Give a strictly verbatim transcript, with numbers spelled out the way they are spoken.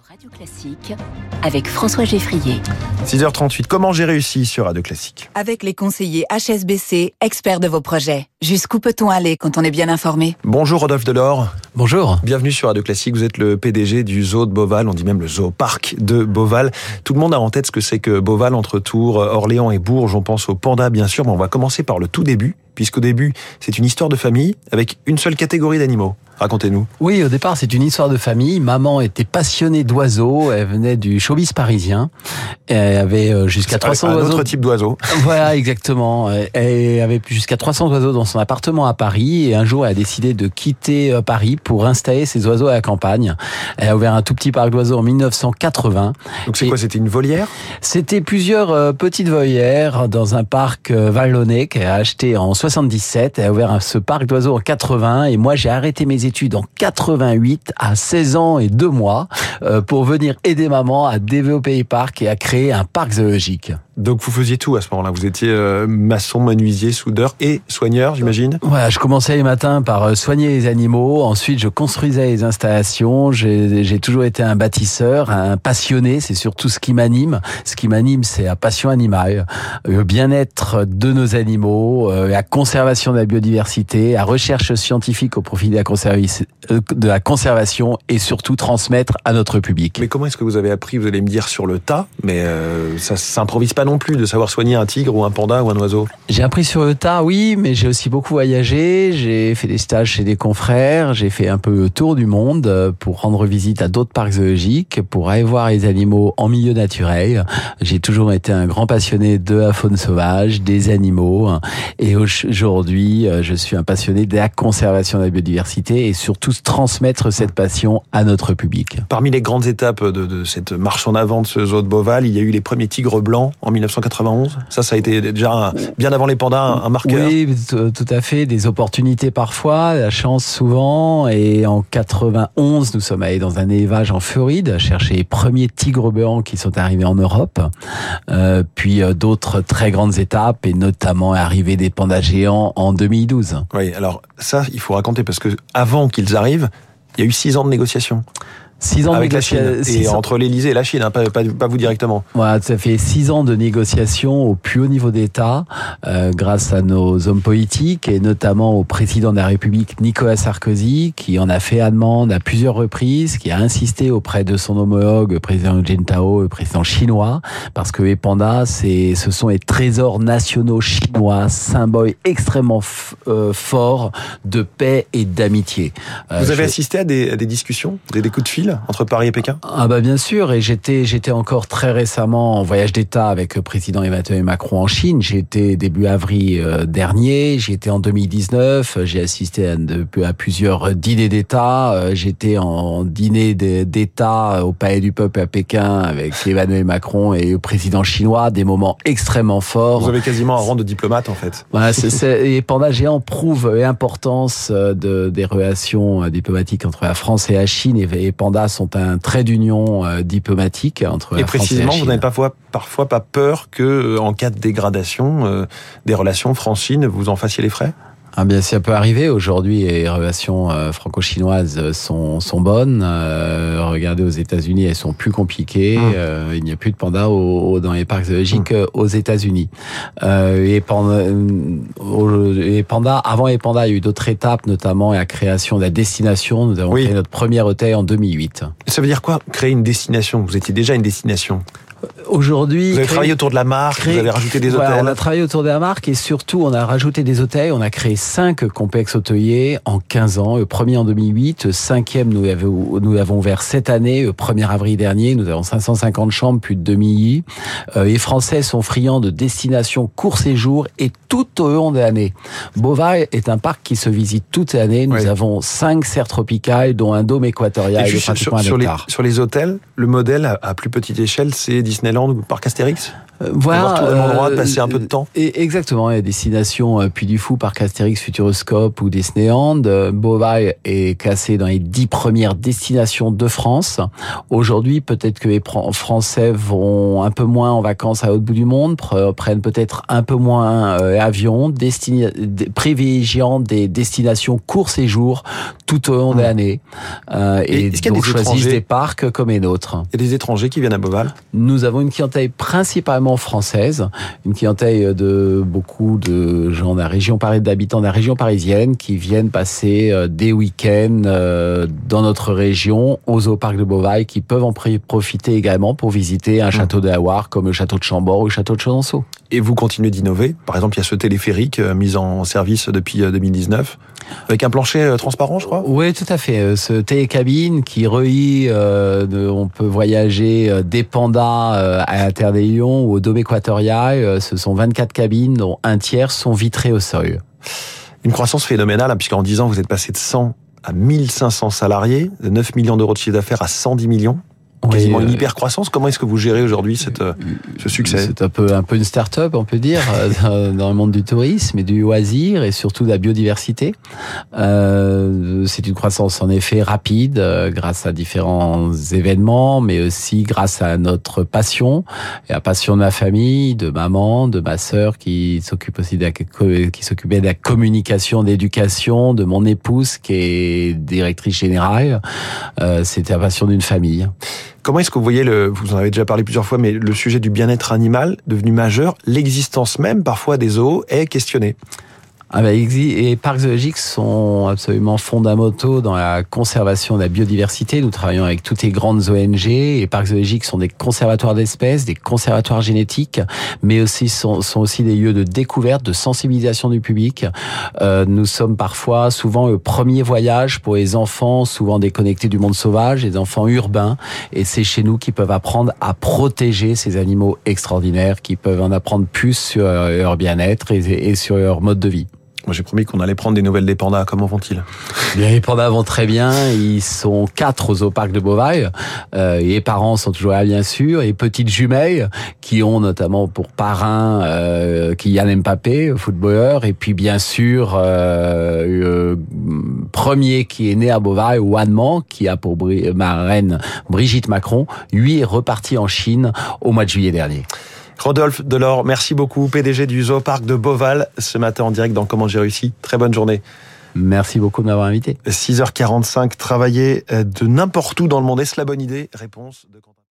Radio Classique avec François Geffrier. six heures trente-huit, comment j'ai réussi sur Radio Classique? Avec les conseillers H S B C, experts de vos projets. Jusqu'où peut-on aller quand on est bien informé? Bonjour Rodolphe Delors. Bonjour. Bienvenue sur Radio Classique, vous êtes le P D G du zoo de Beauval, on dit même le zooparc de Beauval. Tout le monde a en tête ce que c'est que Beauval, entre Tours, Orléans et Bourges. On pense aux pandas bien sûr, mais on va commencer par le tout début, puisqu'au début, c'est une histoire de famille avec une seule catégorie d'animaux. Racontez-nous. Oui, au départ, c'est une histoire de famille. Maman était passionnée d'oiseaux. Elle venait du showbiz parisien. Elle avait jusqu'à trois cents un oiseaux. Un autre type d'oiseau. Voilà, exactement. Elle avait jusqu'à trois cents oiseaux dans son appartement à Paris. Et un jour, elle a décidé de quitter Paris pour installer ses oiseaux à la campagne. Elle a ouvert un tout petit parc d'oiseaux en mille neuf cent quatre-vingts. Donc c'est et quoi? C'était une volière? C'était plusieurs petites volières dans un parc vallonné qu'elle a acheté en soixante-dix-sept. Elle a ouvert ce parc d'oiseaux en quatre-vingts. Et moi, j'ai arrêté mes études en quatre-vingt-huit à seize ans et deux mois euh, pour venir aider maman à développer les parcs et à créer un parc zoologique. Donc vous faisiez tout à ce moment-là, vous étiez euh, maçon, menuisier, soudeur et soigneur, j'imagine? Voilà, je commençais les matins par soigner les animaux, ensuite je construisais les installations, j'ai, j'ai toujours été un bâtisseur, un passionné, c'est surtout ce qui m'anime. Ce qui m'anime, c'est la passion animale, le bien-être de nos animaux, la conservation de la biodiversité, la recherche scientifique au profit de la, conservi- de la conservation et surtout transmettre à notre public. Mais comment est-ce que vous avez appris? Vous allez me dire sur le tas, mais euh, ça s'improvise pas non plus de savoir soigner un tigre ou un panda ou un oiseau. J'ai appris sur le tas, oui, mais j'ai aussi beaucoup voyagé. J'ai fait des stages chez des confrères. J'ai fait un peu le tour du monde pour rendre visite à d'autres parcs zoologiques, pour aller voir les animaux en milieu naturel. J'ai toujours été un grand passionné de la faune sauvage, des animaux. Et aujourd'hui, je suis un passionné de la conservation de la biodiversité et surtout transmettre cette passion à notre public. Parmi les grandes étapes de, de cette marche en avant de ce zoo de Beauval, il y a eu les premiers tigres blancs en mille neuf cent quatre-vingt-onze. Ça, ça a été déjà un, bien avant les pandas, un, un marqueur. Oui, tout à fait. Des opportunités parfois, la chance souvent. Et en quatre-vingt-onze, nous sommes allés dans un élevage en Floride, chercher les premiers tigres blancs qui sont arrivés en Europe. Euh, puis euh, d'autres très grandes étapes, et notamment l'arrivée des pandas géants en deux mille douze. Oui, alors ça, il faut raconter, parce que avant qu'ils arrivent, il y a eu six ans de négociations. Six ans avec de la Chine, et ans. entre l'Élysée et la Chine, hein, pas, pas, pas vous directement. Voilà, ça fait six ans de négociations au plus haut niveau d'État, euh, grâce à nos hommes politiques et notamment au président de la République Nicolas Sarkozy, qui en a fait la demande à plusieurs reprises, qui a insisté auprès de son homologue, le président Jintao, le président chinois, parce que les pandas, c'est, ce sont les trésors nationaux chinois, symboles extrêmement f- euh, forts de paix et d'amitié. Euh, vous avez je... assisté à des, à des discussions, des, des coups de fil entre Paris et Pékin? Ah bah bien sûr, et j'étais j'étais encore très récemment en voyage d'État avec le président Emmanuel Macron en Chine. J'ai été début avril euh, dernier, j'y étais en deux mille dix-neuf, j'ai assisté à, à plusieurs dîners d'État, euh, j'étais en dîner d'État au Palais du Peuple à Pékin avec Emmanuel Macron et le président chinois, des moments extrêmement forts. Vous avez quasiment un rang de diplomate en fait. Voilà, c'est, c'est, les pandas géants prouvent l'importance de, des relations diplomatiques entre la France et la Chine, et les pandas sont un trait d'union euh, diplomatique entre et la France et la Chine. Et précisément, vous n'avez parfois, parfois pas peur que, en cas de dégradation euh, des relations France-Chine, vous en fassiez les frais? Ah bien, ça peut arriver. Aujourd'hui, les relations euh, franco-chinoises sont, sont bonnes. Euh, regardez, aux États-Unis, elles sont plus compliquées. Mmh. Euh, il n'y a plus de pandas au, au, dans les parcs zoologiques mmh. aux États-Unis. Euh, les, pandas, euh, les pandas, avant les pandas, il y a eu d'autres étapes, notamment la création de la destination. Nous avons oui. créé notre premier hôtel en deux mille huit. Ça veut dire quoi, créer une destination? Vous étiez déjà une destination? Aujourd'hui, vous avez créé, travaillé autour de la marque, créé, vous avez rajouté des hôtels. Voilà, on a travaillé autour de la marque et surtout on a rajouté des hôtels. On a créé cinq complexes hôteliers en quinze ans. Le premier en deux mille huit, le cinquième nous avons, nous l'avons ouvert cette année, le premier avril dernier. Nous avons cinq cent cinquante chambres, plus de deux mille lits. Euh, les Français sont friands de destinations court séjour et tout au long de l'année. Beauval est un parc qui se visite toute l'année. Nous oui. avons cinq serres tropicales, dont un dôme équatorial de pratiquement sur, sur, un les, hectare. Sur les hôtels, le modèle à, à plus petite échelle, c'est Disneyland. Disneyland ou Parc Astérix? Euh, voilà, avoir tout le même endroit, euh, passer un peu de temps. Et exactement, il y a destination euh, Puy du Fou, Parc Astérix, Futuroscope ou Disneyland. Euh, Beauval est classé dans les dix premières destinations de France. Aujourd'hui, peut-être que les pr- Français vont un peu moins en vacances à l'autre bout du monde, pr- prennent peut-être un peu moins euh, l'avion, destini- d- privilégiant des destinations court séjour tout au long de l'année. Euh, Et et est-ce qu'il y a donc des choisissent étrangers des parcs comme les nôtres. Il y a des étrangers qui viennent à Beauval? Nous avons une clientèle principalement française, une clientèle de beaucoup de gens de la région, d'habitants de la région parisienne qui viennent passer des week-ends dans notre région au Zooparc de Beauval, qui peuvent en profiter également pour visiter un château de la Loire comme le château de Chambord ou le château de Chenonceau. Et vous continuez d'innover. Par exemple, il y a ce téléphérique mis en service depuis deux mille dix-neuf, avec un plancher transparent, je crois. Oui, tout à fait. Ce télécabine qui relie, euh, de, on peut voyager des pandas euh, à la Terre des Lions ou au Dôme équatorial. Euh, ce sont vingt-quatre cabines, dont un tiers sont vitrées au sol. Une croissance phénoménale, hein, puisqu'en dix ans, vous êtes passé de cent à mille cinq cents salariés, de neuf millions d'euros de chiffre d'affaires à cent dix millions. Quasiment Oui, une euh, hyper croissance. Comment est-ce que vous gérez aujourd'hui cette, ce succès? C'est un peu un peu une start-up, on peut dire, dans le monde du tourisme et du loisir et surtout de la biodiversité. Euh, c'est une croissance en effet rapide, euh, grâce à différents événements, mais aussi grâce à notre passion et la passion de ma famille, de maman, de ma sœur qui s'occupe aussi de la, qui s'occupait de la communication, d'éducation, de mon épouse qui est directrice générale. Euh, c'était la passion d'une famille. Comment est-ce que vous voyez, le, vous en avez déjà parlé plusieurs fois, mais le sujet du bien-être animal devenu majeur, l'existence même parfois des zoos est questionnée? Ah ben, les parcs zoologiques sont absolument fondamentaux dans la conservation de la biodiversité. Nous travaillons avec toutes les grandes O N G. Les parcs zoologiques sont des conservatoires d'espèces, des conservatoires génétiques, mais aussi sont, sont aussi des lieux de découverte, de sensibilisation du public. Euh, nous sommes parfois, souvent, le premier voyage pour les enfants, souvent déconnectés du monde sauvage, les enfants urbains. Et c'est chez nous qu'ils peuvent apprendre à protéger ces animaux extraordinaires, qui peuvent en apprendre plus sur leur bien-être et, et sur leur mode de vie. Moi, j'ai promis qu'on allait prendre des nouvelles des pandas. Comment vont-ils? Les pandas vont très bien. Ils sont quatre au Zooparc de Beauval. Euh, les parents sont toujours là, bien sûr. Et petites jumelles qui ont notamment pour parrain euh, Kylian Mbappé, footballeur. Et puis, bien sûr, euh, le premier qui est né à Beauval, Wanman, qui a pour marraine Brigitte Macron. Lui est reparti en Chine au mois de juillet dernier. Rodolphe Delors, merci beaucoup, P D G du Zooparc de Beauval, ce matin en direct dans Comment j'ai réussi. Très bonne journée. Merci beaucoup de m'avoir invité. six heures quarante-cinq, travailler de n'importe où dans le monde, est-ce la bonne idée? Réponse de Quentin.